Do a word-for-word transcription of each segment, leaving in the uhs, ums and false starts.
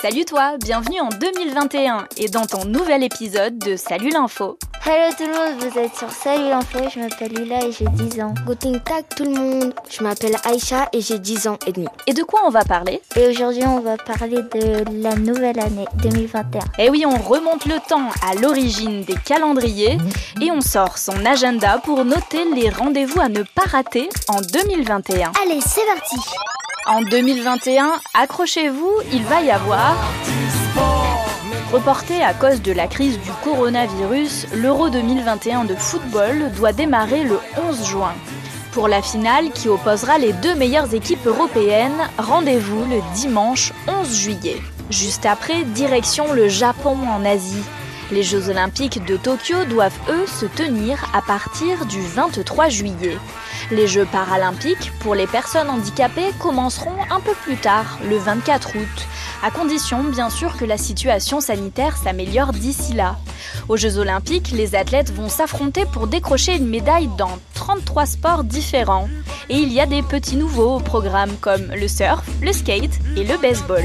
Salut toi, bienvenue en deux mille vingt et un et dans ton nouvel épisode de Salut l'info. Hello tout le monde, vous êtes sur Salut l'info, je m'appelle Lila et j'ai dix ans. Guten Tag tout le monde, je m'appelle Aïcha et j'ai dix ans et demi. Et de quoi on va parler ? Et aujourd'hui on va parler de la nouvelle année deux mille vingt et un. Eh oui, on remonte le temps à l'origine des calendriers et on sort son agenda pour noter les rendez-vous à ne pas rater en deux mille vingt et un. Allez, c'est parti. En deux mille vingt et un, accrochez-vous, il va y avoir... Reporté à cause de la crise du coronavirus, l'Euro deux mille vingt et un de football doit démarrer le onze juin. Pour la finale qui opposera les deux meilleures équipes européennes, rendez-vous le dimanche onze juillet. Juste après, direction le Japon en Asie. Les Jeux Olympiques de Tokyo doivent, eux, se tenir à partir du vingt-trois juillet. Les Jeux Paralympiques, pour les personnes handicapées, commenceront un peu plus tard, le vingt-quatre août, à condition, bien sûr, que la situation sanitaire s'améliore d'ici là. Aux Jeux Olympiques, les athlètes vont s'affronter pour décrocher une médaille dans trente-trois sports différents. Et il y a des petits nouveaux au programme comme le surf, le skate et le baseball.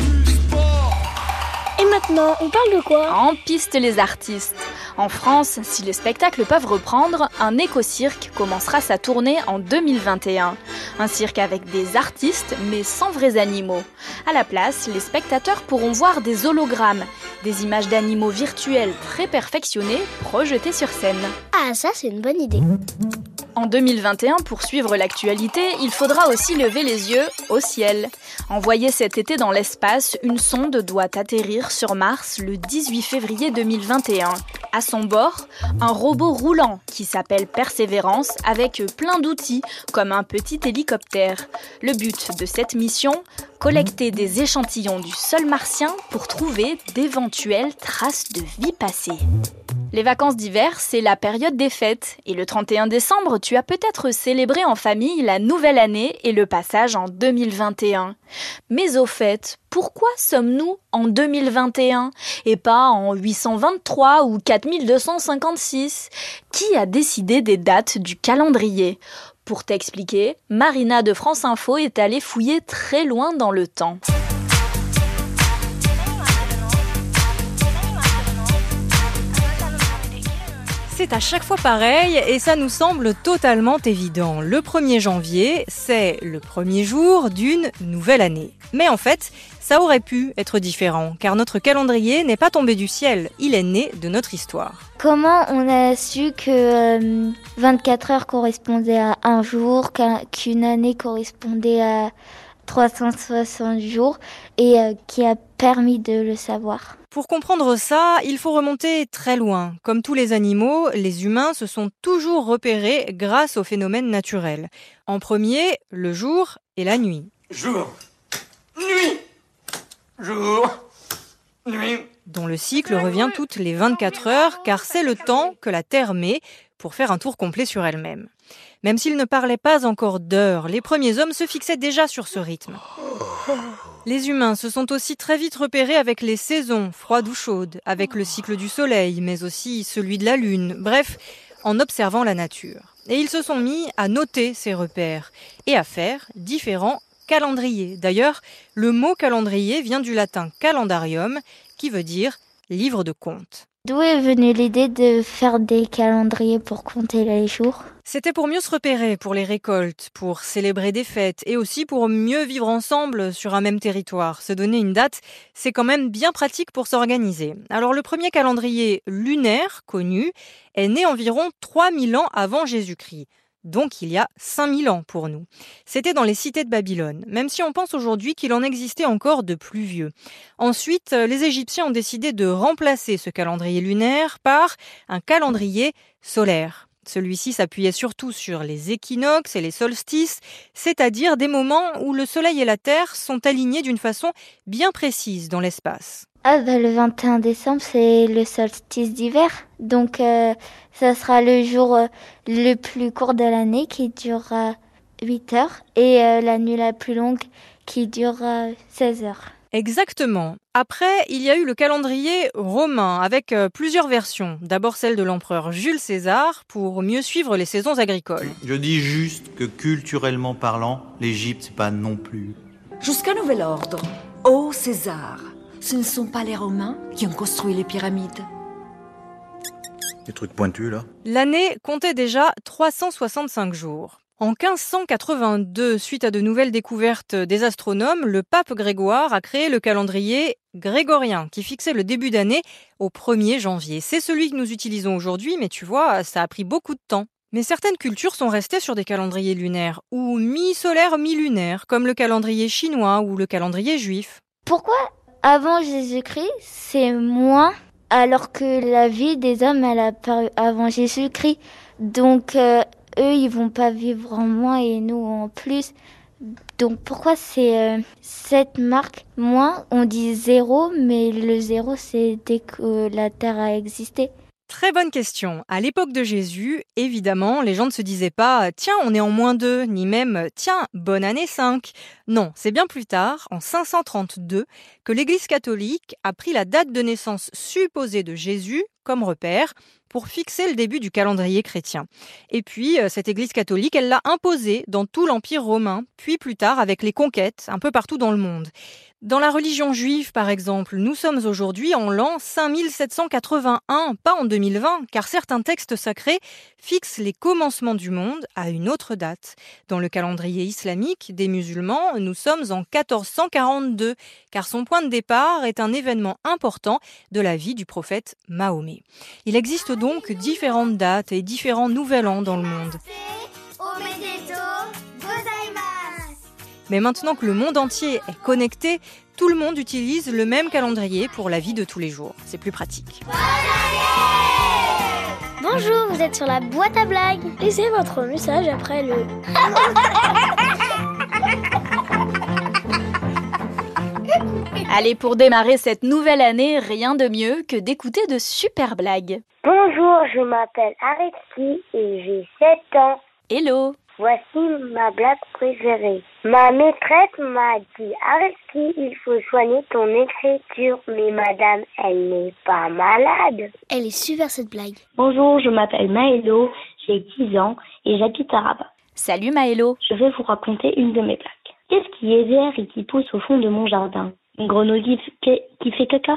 Et maintenant, on parle de quoi ? En piste les artistes. En France, si les spectacles peuvent reprendre, un éco-cirque commencera sa tournée en deux mille vingt et un. Un cirque avec des artistes, mais sans vrais animaux. À la place, les spectateurs pourront voir des hologrammes, des images d'animaux virtuels très perfectionnés projetées sur scène. Ah, ça c'est une bonne idée. En deux mille vingt et un, pour suivre l'actualité, il faudra aussi lever les yeux au ciel. Envoyée cet été dans l'espace, une sonde doit atterrir sur Mars le dix-huit février deux mille vingt et un. À son bord, un robot roulant qui s'appelle Persévérance avec plein d'outils comme un petit hélicoptère. Le but de cette mission, collecter des échantillons du sol martien pour trouver d'éventuelles traces de vie passée. Les vacances d'hiver, c'est la période des fêtes. Et le trente et un décembre, tu as peut-être célébré en famille la nouvelle année et le passage en deux mille vingt et un. Mais au fait, pourquoi sommes-nous en deux mille vingt et un et pas en huit cent vingt-trois ou quatre mille deux cent cinquante-six ? Qui a décidé des dates du calendrier ? Pour t'expliquer, Marina de France Info est allée fouiller très loin dans le temps. C'est à chaque fois pareil et ça nous semble totalement évident. Le premier janvier, c'est le premier jour d'une nouvelle année. Mais en fait, ça aurait pu être différent, car notre calendrier n'est pas tombé du ciel, il est né de notre histoire. Comment on a su que euh, vingt-quatre heures correspondait à un jour, qu'une année correspondait à trois cent soixante jours et euh, qui a permis de le savoir ? Pour comprendre ça, il faut remonter très loin. Comme tous les animaux, les humains se sont toujours repérés grâce aux phénomènes naturels. En premier, le jour et la nuit. Jour, nuit, jour, nuit. Dont le cycle revient toutes les vingt-quatre heures, car c'est le temps que la Terre met pour faire un tour complet sur elle-même. Même s'ils ne parlaient pas encore d'heures, les premiers hommes se fixaient déjà sur ce rythme. Les humains se sont aussi très vite repérés avec les saisons, froides ou chaudes, avec le cycle du soleil, mais aussi celui de la lune, bref, en observant la nature. Et ils se sont mis à noter ces repères et à faire différents calendriers. D'ailleurs, le mot calendrier vient du latin calendarium, qui veut dire livre de comptes. D'où est venue l'idée de faire des calendriers pour compter les jours ? C'était pour mieux se repérer pour les récoltes, pour célébrer des fêtes et aussi pour mieux vivre ensemble sur un même territoire. Se donner une date, c'est quand même bien pratique pour s'organiser. Alors le premier calendrier lunaire connu est né environ trois mille ans avant Jésus-Christ. Donc il y a cinq mille ans pour nous. C'était dans les cités de Babylone, même si on pense aujourd'hui qu'il en existait encore de plus vieux. Ensuite, les Égyptiens ont décidé de remplacer ce calendrier lunaire par un calendrier solaire. Celui-ci s'appuyait surtout sur les équinoxes et les solstices, c'est-à-dire des moments où le Soleil et la Terre sont alignés d'une façon bien précise dans l'espace. Ah bah le vingt et un décembre, c'est le solstice d'hiver. Donc euh, ça sera le jour euh, le plus court de l'année qui durera huit heures et euh, la nuit la plus longue qui durera seize heures. Exactement. Après, il y a eu le calendrier romain avec euh, plusieurs versions. D'abord celle de l'empereur Jules César pour mieux suivre les saisons agricoles. Je dis juste que culturellement parlant, l'Égypte, c'est pas non plus. Jusqu'à nouvel ordre, ô César, Ce ne sont pas les Romains qui ont construit les pyramides. Des trucs pointus, là. L'année comptait déjà trois cent soixante-cinq jours. En quinze cent quatre-vingt-deux, suite à de nouvelles découvertes des astronomes, le pape Grégoire a créé le calendrier grégorien qui fixait le début d'année au premier janvier. C'est celui que nous utilisons aujourd'hui, mais tu vois, ça a pris beaucoup de temps. Mais certaines cultures sont restées sur des calendriers lunaires, ou mi-solaires, mi-lunaires, comme le calendrier chinois ou le calendrier juif. Pourquoi avant Jésus-Christ, c'est moins, alors que la vie des hommes, elle a apparu avant Jésus-Christ. Donc, euh, eux, ils vont pas vivre en moins et nous en plus. Donc, pourquoi c'est euh, cette marque moins? On dit zéro, mais le zéro, c'est dès que la Terre a existé. Très bonne question. À l'époque de Jésus, évidemment, les gens ne se disaient pas « Tiens, on est en moins deux », ni même « Tiens, bonne année cinq ». Non, c'est bien plus tard, en cinq cent trente-deux, que l'Église catholique a pris la date de naissance supposée de Jésus comme repère pour fixer le début du calendrier chrétien. Et puis, cette Église catholique, elle l'a imposée dans tout l'Empire romain, puis plus tard avec les conquêtes, un peu partout dans le monde. Dans la religion juive, par exemple, nous sommes aujourd'hui en l'an cinq mille sept cent quatre-vingt-un, pas en deux mille vingt, car certains textes sacrés fixent les commencements du monde à une autre date. Dans le calendrier islamique des musulmans, nous sommes en quatorze cent quarante-deux, car son point de départ est un événement important de la vie du prophète Mahomet. Il existe donc différentes dates et différents nouvel an dans le monde. Mais maintenant que le monde entier est connecté, tout le monde utilise le même calendrier pour la vie de tous les jours. C'est plus pratique. Bonjour, vous êtes sur la boîte à blagues. Laissez votre message après le... Allez, pour démarrer cette nouvelle année, rien de mieux que d'écouter de super blagues. Bonjour, je m'appelle Alexis et j'ai sept ans. Hello. Voici ma blague préférée. Ma maîtresse m'a dit « Alexis, il faut soigner ton écriture. » Mais madame, elle n'est pas malade. Elle est super cette blague. Bonjour, je m'appelle Maëlo, j'ai dix ans et j'habite à Rabat. Salut Maëlo. Je vais vous raconter une de mes blagues. Qu'est-ce qui est vert et qui pousse au fond de mon jardin? Une grenouille qui, qui fait caca.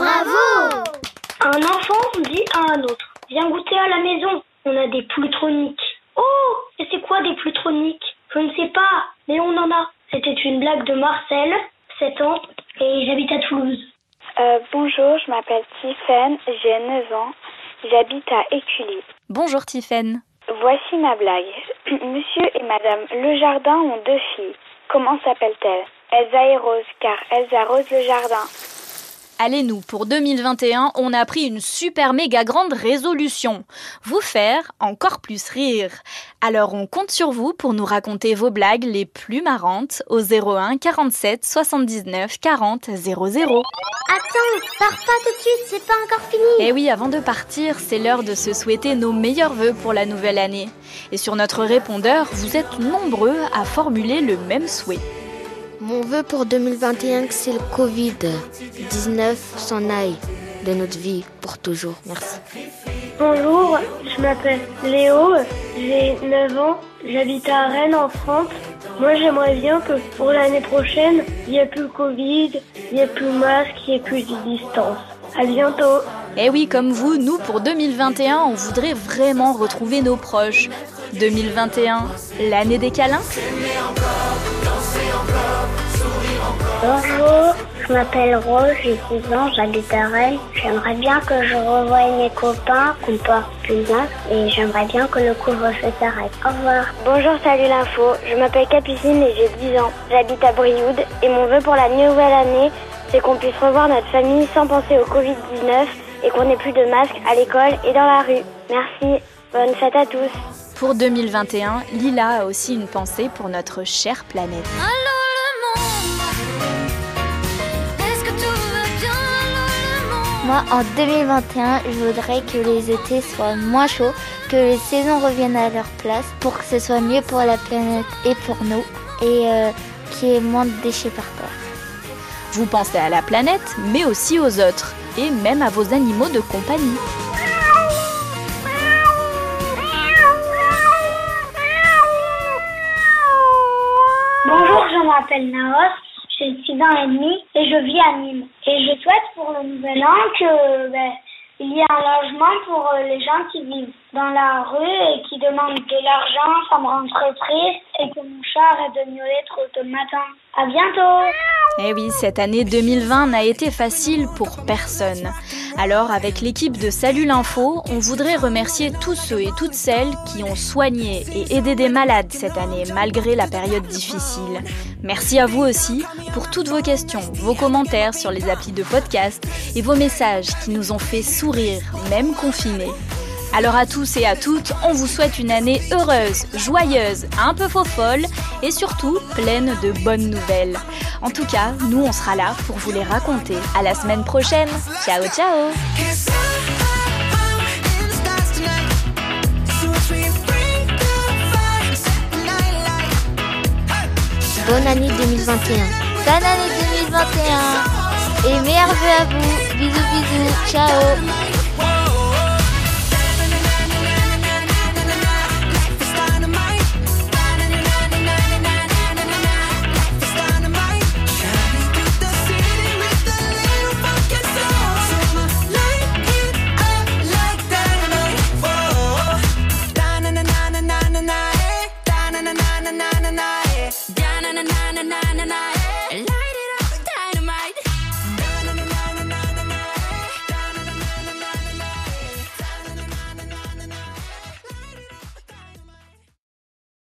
Bravo! Un enfant dit à un autre « Viens goûter à la maison, on a des plutroniques. » Oh, et c'est quoi des plutroniques? Je ne sais pas, mais on en a. C'était une blague de Marcel, sept ans, et j'habite à Toulouse. Euh, bonjour, je m'appelle Tiffaine, j'ai neuf ans, j'habite à Écully. Bonjour Tiffaine. Voici ma blague. Monsieur et Madame Lejardin ont deux filles. Comment s'appellent-elles? Elsa et Rose, car elles arrosent le jardin. Allez nous, pour deux mille vingt et un, on a pris une super méga grande résolution. Vous faire encore plus rire. Alors on compte sur vous pour nous raconter vos blagues les plus marrantes au zéro un quarante-sept soixante-dix-neuf quarante zéro zéro. Attends, pars pas tout de suite, c'est pas encore fini. Eh oui, avant de partir, c'est l'heure de se souhaiter nos meilleurs vœux pour la nouvelle année. Et sur notre répondeur, vous êtes nombreux à formuler le même souhait. Mon vœu pour deux mille vingt et un, c'est le covid dix-neuf s'en aille de notre vie pour toujours. Merci. Bonjour, je m'appelle Léo, j'ai neuf ans, j'habite à Rennes en France. Moi j'aimerais bien que pour l'année prochaine, il n'y ait plus Covid, il n'y ait plus masque, il n'y ait plus de distance. À bientôt. Eh oui, comme vous, nous pour deux mille vingt et un, on voudrait vraiment retrouver nos proches. deux mille vingt et un, l'année des câlins. Bonjour, je m'appelle Rose, j'ai six ans, j'habite à Rennes. J'aimerais bien que je revoie mes copains, qu'on porte plus de masque et j'aimerais bien que le couvre-feu s'arrête. Au revoir. Bonjour, salut l'info, je m'appelle Capucine et j'ai dix ans. J'habite à Brioude et mon vœu pour la nouvelle année, c'est qu'on puisse revoir notre famille sans penser au covid dix-neuf et qu'on n'ait plus de masque à l'école et dans la rue. Merci, bonne fête à tous. Pour deux mille vingt et un, Lila a aussi une pensée pour notre chère planète. Allô le monde, est-ce que tout va bien? Allô le monde. Moi, en deux mille vingt et un, je voudrais que les étés soient moins chauds, que les saisons reviennent à leur place pour que ce soit mieux pour la planète et pour nous, et euh, qu'il y ait moins de déchets par terre. Vous pensez à la planète, mais aussi aux autres, et même à vos animaux de compagnie. Bonjour, je m'appelle Naos, j'ai six ans et demi et je vis à Nîmes. Et je souhaite pour le nouvel an que ben, il y ait un logement pour les gens qui vivent dans la rue et qui demandent de l'argent. Ça me rend très triste et que mon chat arrête de miauler trop tôt le matin. À bientôt. Eh oui, cette année deux mille vingt n'a été facile pour personne. Alors, avec l'équipe de Salut l'Info, on voudrait remercier tous ceux et toutes celles qui ont soigné et aidé des malades cette année, malgré la période difficile. Merci à vous aussi pour toutes vos questions, vos commentaires sur les applis de podcast et vos messages qui nous ont fait sourire, même confinés. Alors à tous et à toutes, on vous souhaite une année heureuse, joyeuse, un peu faux-folle et surtout pleine de bonnes nouvelles. En tout cas, nous on sera là pour vous les raconter. À la semaine prochaine. Ciao ciao. Bonne année deux mille vingt et un. Bonne année deux mille vingt et un. Et meilleurs vœux à vous. Bisous bisous. Ciao.